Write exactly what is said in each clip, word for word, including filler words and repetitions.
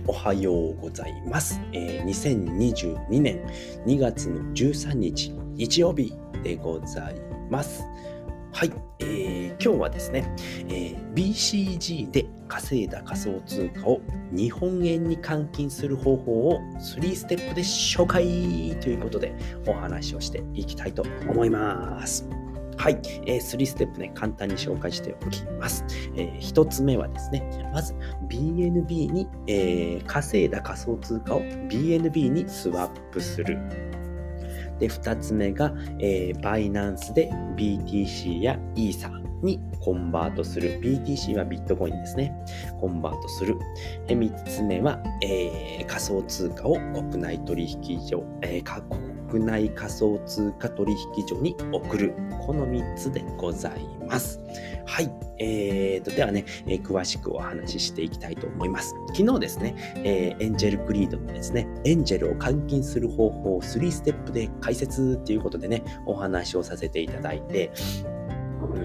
おはようございます。えー、にせんにじゅうにねんにがつのじゅうさんにち日曜日でございます。はい、えー、今日はですね、えー、ビーシージー で稼いだ仮想通貨を日本円に換金する方法をスリーステップで紹介ということでお話をしていきたいと思います。はい、えー、スリーステップね、簡単に紹介しておきます。えー、ひとつめはですね、まず ビーエヌビー に、えー、稼いだ仮想通貨を ビーエヌビー にスワップする。で、ふたつめが、えー、バイナンスで ビーティーシー やイーサにコンバートする。ビーティーシー はビットコインですね。コンバートする。で、みっつめは、えー、仮想通貨を国内取引所、えー、国内仮想通貨取引所に送る。このみっつでございます。はい。えーと、ではね、えー、詳しくお話ししていきたいと思います。昨日ですね、えー、エンジェルクリードのですね、エンジェルを換金する方法スリーステップで解説ということでね、お話をさせていただいて、うん、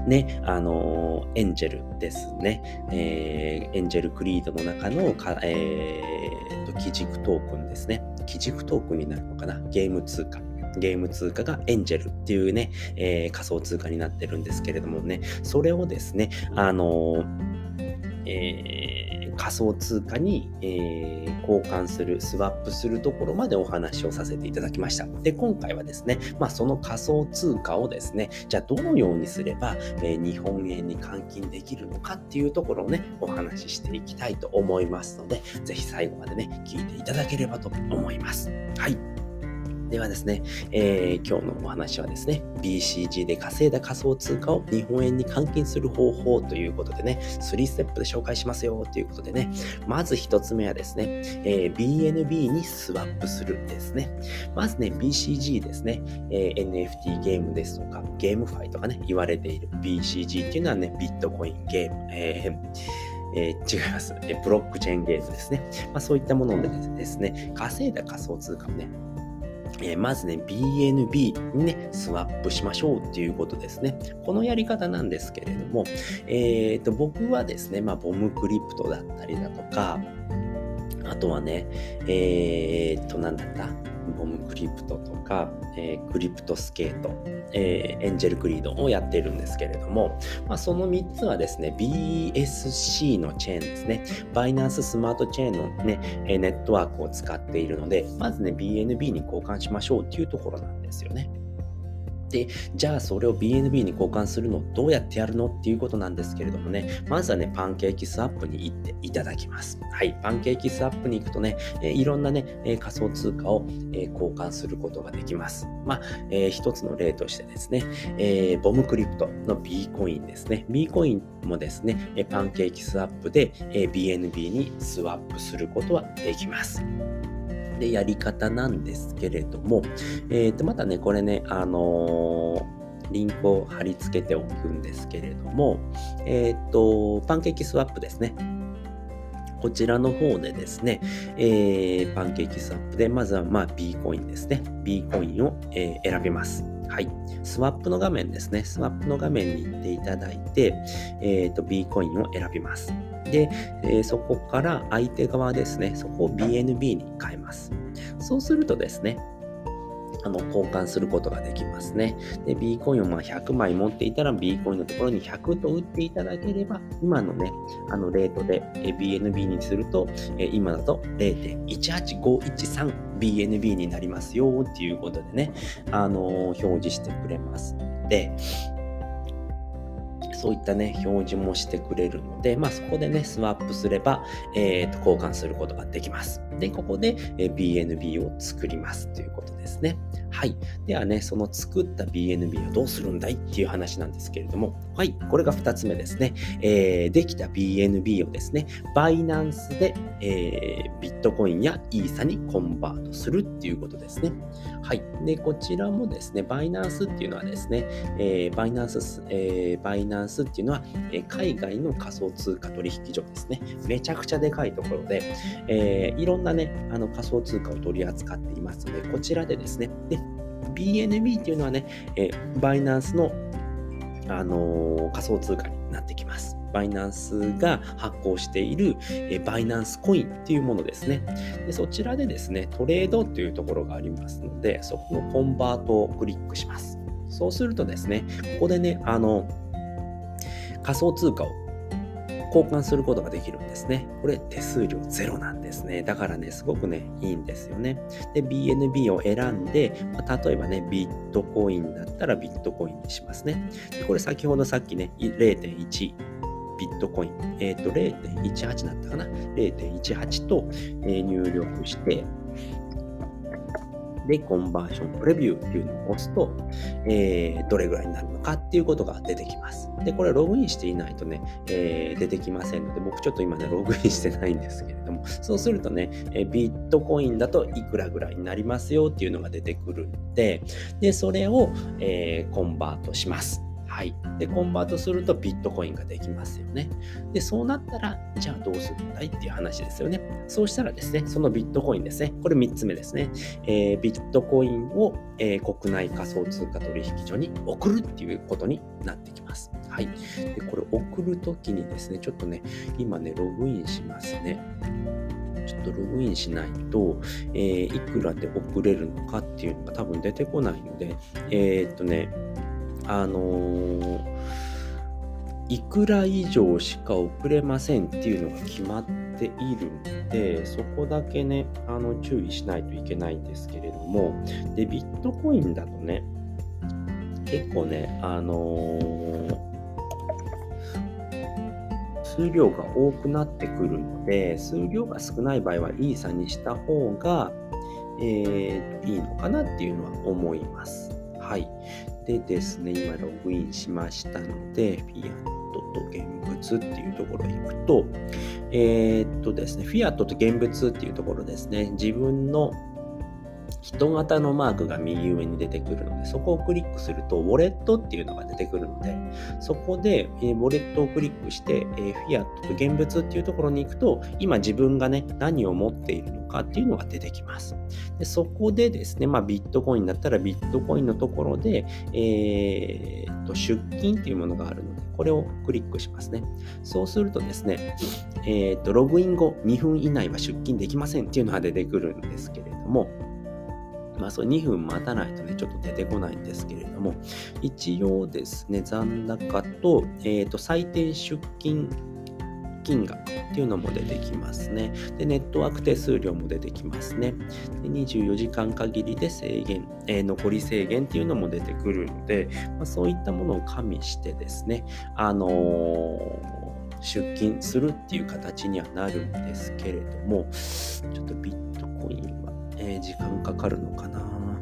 ね、あのー、エンジェルですね、えー、エンジェルクリードの中のか、えー、と基軸トークンですね、基軸トークンになるのかな、ゲーム通貨。ゲーム通貨がエンジェルっていうね、えー、仮想通貨になってるんですけれどもね、それをですね、あのーえー、仮想通貨に、えー、交換する、スワップするところまでお話をさせていただきました。で、今回はですね、まあ、その仮想通貨をですね、じゃあどのようにすれば、えー、日本円に換金できるのかっていうところをね、お話ししていきたいと思いますので、ぜひ最後までね、聞いていただければと思います。はい。ではですね、えー、今日のお話はですね、ビーシージー で稼いだ仮想通貨を日本円に換金する方法ということでね、スリーステップで紹介しますよということでね、まずひとつめはですね、えー、ビーエヌビー にスワップするですね。まずね、ビーシージー ですね、えー、エヌエフティー ゲームですとか、ゲームファイとかね、言われている ビーシージー っていうのはね、ビットコインゲーム、えーえー、違います。えー、ブロックチェーンゲームですね。まあ、そういったものでですね、稼いだ仮想通貨をね、えー、まずね、ビーエヌビー にね、スワップしましょうっていうことですね。このやり方なんですけれども、えーと、僕はですね、まあ、ボムクリプトだったりだとか、あとはね、えーと、なんだったボムクリプトとか、えー、クリプトスケート、えー、エンジェルクリードをやっているんですけれども、まあ、そのみっつはですね、ビーエスシー のチェーンですね、バイナンススマートチェーンのね、ネットワークを使っているので、まずね、ビーエヌビー に交換しましょうっていうところなんですよね。で、じゃあそれを ビーエヌビー に交換するのどうやってやるのっていうことなんですけれどもね、まずはね、パンケーキスワップに行っていただきます。はい、パンケーキスワップに行くとね、えー、いろんなね、えー、仮想通貨を、えー、交換することができます。まあ、えー、一つの例としてですね、えー、ボムクリプトの B コインですね。B コインもですね、パンケーキスワップで、えー、ビーエヌビー にスワップすることはできます。で、やり方なんですけれども、えーと、またね、これね、あのー、リンクを貼り付けておくんですけれども、えーと、パンケーキスワップですね。こちらの方でですね、えー、パンケーキスワップで、まずはまあ B コインですね。B コインを、えー、選びます。はい。スワップの画面ですね。スワップの画面に行っていただいて、えーと、B コインを選びます。で、えー、そこから相手側ですね、そこを ビーエヌビー に変えます。そうするとですね、あの交換することができますね。で、B コインをまあひゃくまい持っていたら B コインのところにひゃくと打っていただければ、今のね、あのレートで ビーエヌビー にすると、今だと ゼロてんいちはちごいちさんビーエヌビー になりますよっていうことでね、あのー、表示してくれますので、そういったね、表示もしてくれるので、まあそこでね、スワップすれば、えーと、交換することができます。で、ここで、えー、ビーエヌビー を作りますということですね。はい。ではね、その作った ビーエヌビー をどうするんだいっていう話なんですけれども、はい。これがふたつめですね。えー、できた ビーエヌビー をですね、バイナンスで、えー、ビットコインやイーサにコンバートするっていうことですね。はい。で、こちらもですね、バイナンスっていうのはですね、えー、バイナンス、えー、バイナンスっていうのは、えー、海外の仮想通貨取引所ですね。めちゃくちゃでかいところで、えー、いろんなね、あの仮想通貨を取り扱っていますので、こちらでですね、で、ビーエヌビー っていうのはね、えー、バイナンスの、あのー、仮想通貨になってきます。 バイナンスが発行している、えー、バイナンスコインっていうものですね。で、そちらでですね、トレードというところがありますので、そこのコンバートをクリックします。そうするとですね、ここでね、あの、仮想通貨を交換することができるんですね。これ手数料ゼロなんですね。だからね、すごくね、いいんですよね。で、ビーエヌビー を選んで、まあ、例えばね、ビットコインだったらビットコインにしますね。でこれ先ほどさっきね、れいてんいちビットコイン、えっと、れいてんいちはちだったかな ?れいてんいちはち と、えー、入力して、で、コンバーションプレビューっていうのを押すと、えー、どれぐらいになるのかっていうことが出てきます。で、これログインしていないとね、えー、出てきませんので、僕ちょっと今ね、ログインしてないんですけれども、そうするとね、えー、ビットコインだといくらぐらいになりますよっていうのが出てくるので、で、それを、えー、コンバートします。はい。で、コンバートするとビットコインができますよね。で、そうなったら、じゃあどうするんだいっていう話ですよね。そうしたらですね、そのビットコインですね。これみっつめですね。えー、ビットコインを、えー、国内仮想通貨取引所に送るっていうことになってきます。はい。で、これ送るときにですね、ちょっとね、今ね、ログインしますね。ちょっとログインしないと、えー、いくらで送れるのかっていうのが多分出てこないので、えー、っとね、あのー、いくら以上しか送れませんっていうのが決まっているので、そこだけね、あの注意しないといけないんですけれども、で、ビットコインだとね、結構ね、あのー、数量が多くなってくるので、数量が少ない場合はイーサにした方が、えー、いいのかなっていうのは思います。はい。でですね、今ログインしましたので、フィアットと現物っていうところに行くと、えー、っとですね、フィアットと現物っていうところですね、自分の人型のマークが右上に出てくるので、そこをクリックすると、ウォレットっていうのが出てくるので、そこで、えー、ウォレットをクリックして、えー、フィアットと現物っていうところに行くと、今自分がね、何を持っているのかっていうのが出てきます。でそこでですね、まあ、ビットコインだったらビットコインのところで、えー、と出金っていうものがあるので、これをクリックしますね。そうするとですね、えー、とログイン後にふん以内は出金できませんっていうのが出てくるんですけれども、まあ、それにふん待たないとね、ちょっと出てこないんですけれども、一応ですね、残高と、えー、と最低出金金額っていうのも出てきますね。で、ネットワーク手数料も出てきますね。で、にじゅうよじかん限りで制限、えー、残り制限っていうのも出てくるので、まあ、そういったものを加味してですね、あのー、出金するっていう形にはなるんですけれども、ちょっとビットコインは、えー、時間かかるのかな。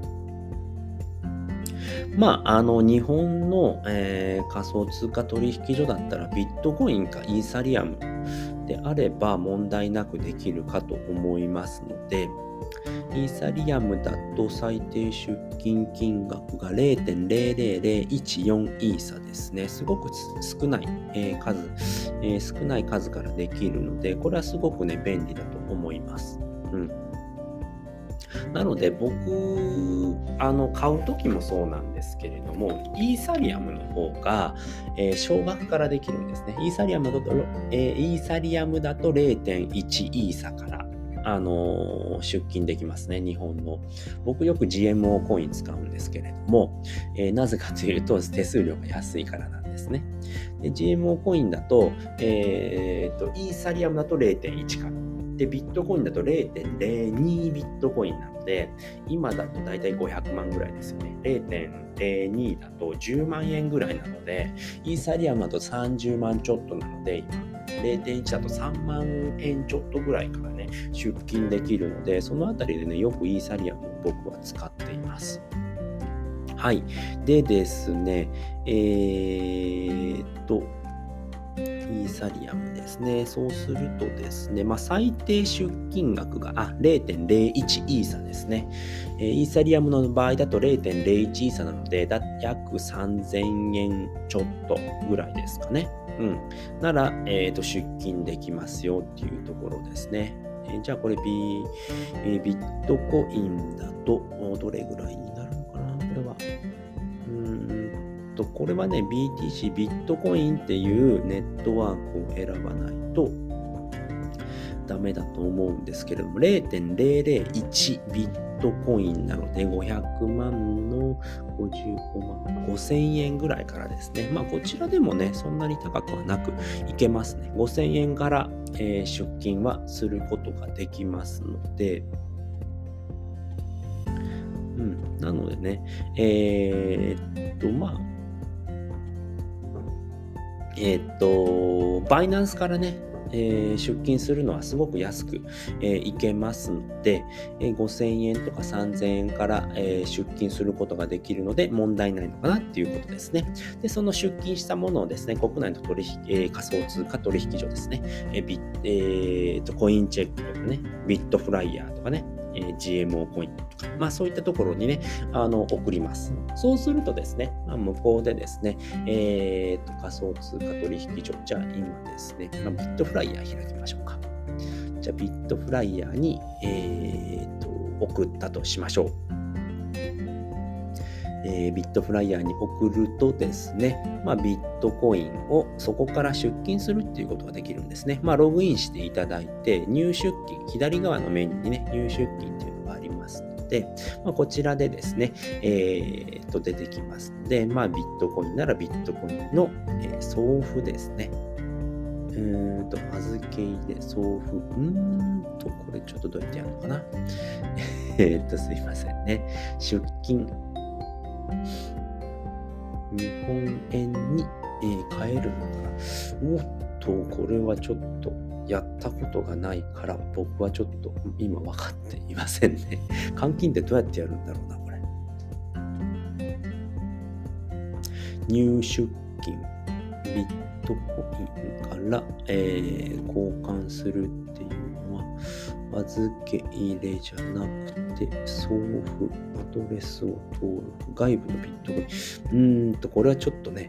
まあ、あの、日本の、えー、仮想通貨取引所だったらビットコインかイーサリアムであれば問題なくできるかと思いますので、イーサリアムだと最低出金金額が れいてんれいれいれいいちよん イーサですね。すごく少ない、えー、数、えー、少ない数からできるので、これはすごくね、便利だと思います。うん。なので僕、あの、買うときもそうなんですけれども、イーサリアムの方が、えー、少額からできるんですね。イーサリアムだと、えー、イーサリアムだと れいてんいち イーサから、あのー、出金できますね、日本の。僕よく ジーエムオー コイン使うんですけれども、えー、なぜかというと手数料が安いからなんですね。で ジーエムオー コインだと、えー、と、イーサリアムだと れいてんいちから。で、ビットコインだと れいてんれいに ビットコインなので、今だとだいたいごひゃくまんぐらいですよね。れいてんれいに だとじゅうまんえんぐらいなので、イーサリアムだとさんじゅうまんちょっとなので、今、れいてんいち だとさんまんえんちょっとぐらいからね、出金できるので、そのあたりでね、よくイーサリアムを僕は使っています。はい。でですね、えーっと、イーサリアムですね。そうするとですね、まあ、最低出金額があ れいてんれいいち イーサですね、えー。イーサリアムの場合だと れいてんれいいち イーサなので、だ約さんぜんえんちょっとぐらいですかね。うん。なら、えーと、出金できますよっていうところですね。えー、じゃあこれ ビ, えー、ビットコインだとどれぐらいになるのかなこれは。うーんと、 と、これはね、ビーティーシー、ビットコインっていうネットワークを選ばないとダメだと思うんですけれども、ゼロてんゼロゼロいちビットコインなので、ごひゃくまんのごじゅうごまん、ごせんえんぐらいからですね。まあ、こちらでもね、そんなに高くはなくいけますね。ごせんえんから、えー、出金はすることができますので、うん、なのでね、えー、っと、まあ、えー、っと、バイナンスからね、えー、出金するのはすごく安く、えー、いけますので、えー、ごせんえんとかさんぜんえんから、えー、出金することができるので問題ないのかなっていうことですね。で、その出金したものをですね、国内の取引、えー、仮想通貨取引所ですね、えービえー、とコインチェックとかね、ビットフライヤーとかね、えー、ジーエムオー コインとか、まあそういったところにね、あの、送ります。そうするとですね、まあ、向こうでですね、えー、と仮想通貨取引所、じゃあ今ですね、まあ、ビットフライヤー開きましょうか。じゃあビットフライヤーに、えー、と送ったとしましょう。えー、ビットフライヤーに送るとですね、まあ、ビットコインをそこから出金するっていうことができるんですね。まあ、ログインしていただいて、入出金、左側のメニューにね、入出金っていうのがありますので、まあ、こちらでですね、えー、と出てきますので、まあ、ビットコインならビットコインの、えー、送付ですね。うーんと、預け入れ、送付。うーんと、これちょっとどうやってやるのかな。えっと、すいませんね。出金。日本円に、えー、変えるのかな。おっと、これはちょっとやったことがないから、僕はちょっと今分かっていませんね。換金ってどうやってやるんだろうな、これ。入出金。ビットコインから、えー、交換するっていうのは、預け入れじゃなくて、送付、アドレスを登録、外部のビットコイン。うーんと、これはちょっとね、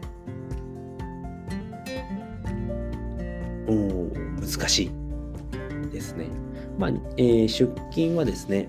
おー、難しいですね。まあ、えー、出金はですね、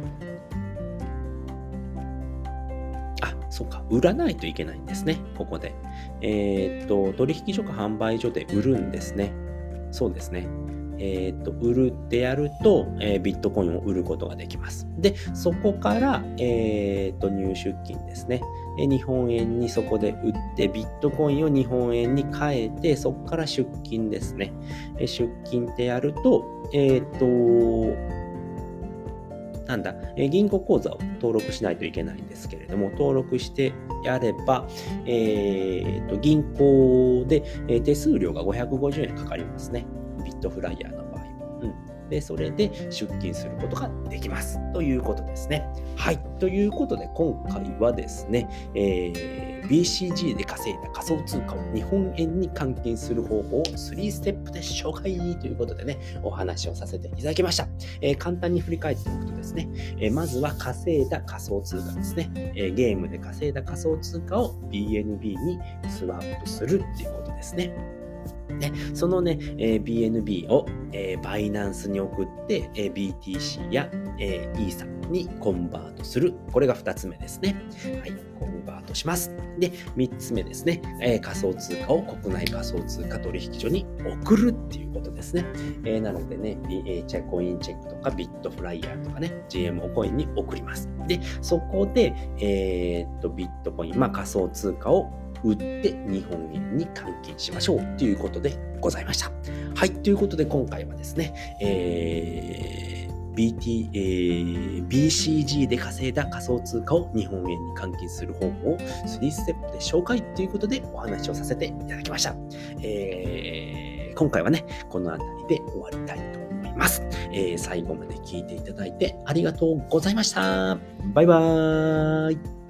あ、そうか、売らないといけないんですね、ここで。えー、っと、取引所か販売所で売るんですね。そうですね。えー、っと、売るってやると、えー、ビットコインを売ることができます。で、そこから、えー、っと、入出金ですね。日本円にそこで売って、ビットコインを日本円に変えて、そこから出金ですね。えー、出金ってやると、えー、っと、なんだ、えー、銀行口座を登録しないといけないんですけれども、登録してやれば、えー、と銀行で、えー、手数料がごひゃくごじゅうえんかかりますね。ビットフライヤーの場合。うん。で、それで出金することができます。ということですね。はい。ということで、今回はですね、えー、ビーシージー で稼いだ仮想通貨を日本円に換金する方法をスリーステップで紹介ということでね、お話をさせていただきました。えー、簡単に振り返っておくとですね、えー、まずは稼いだ仮想通貨ですね、えー。ゲームで稼いだ仮想通貨を ビーエヌビー にスワップするっていうことですね。で、そのね、えー、ビーエヌビー を、えー、バイナンスに送って、えー、ビーティーシー や、えー、イーサにコンバートする。これがふたつめですね。はい、コンバートします。で、みっつめですね、えー、仮想通貨を国内仮想通貨取引所に送るっていうことですね。えー、なのでね、えー、チェコインチェックとかビットフライヤーとかね、ジーエムオー コインに送ります。で、そこで、えー、っと、ビットコイン、まあ仮想通貨を売って日本円に換金しましょうということでございました。はい、ということで今回はですね、えー、ビーティー、えー、ビーシージー で稼いだ仮想通貨を日本円に換金する方法をスリーステップで紹介ということでお話をさせていただきました。えー、今回はね、この辺りで終わりたいと思います。えー、最後まで聞いていただいてありがとうございました。バイバーイ。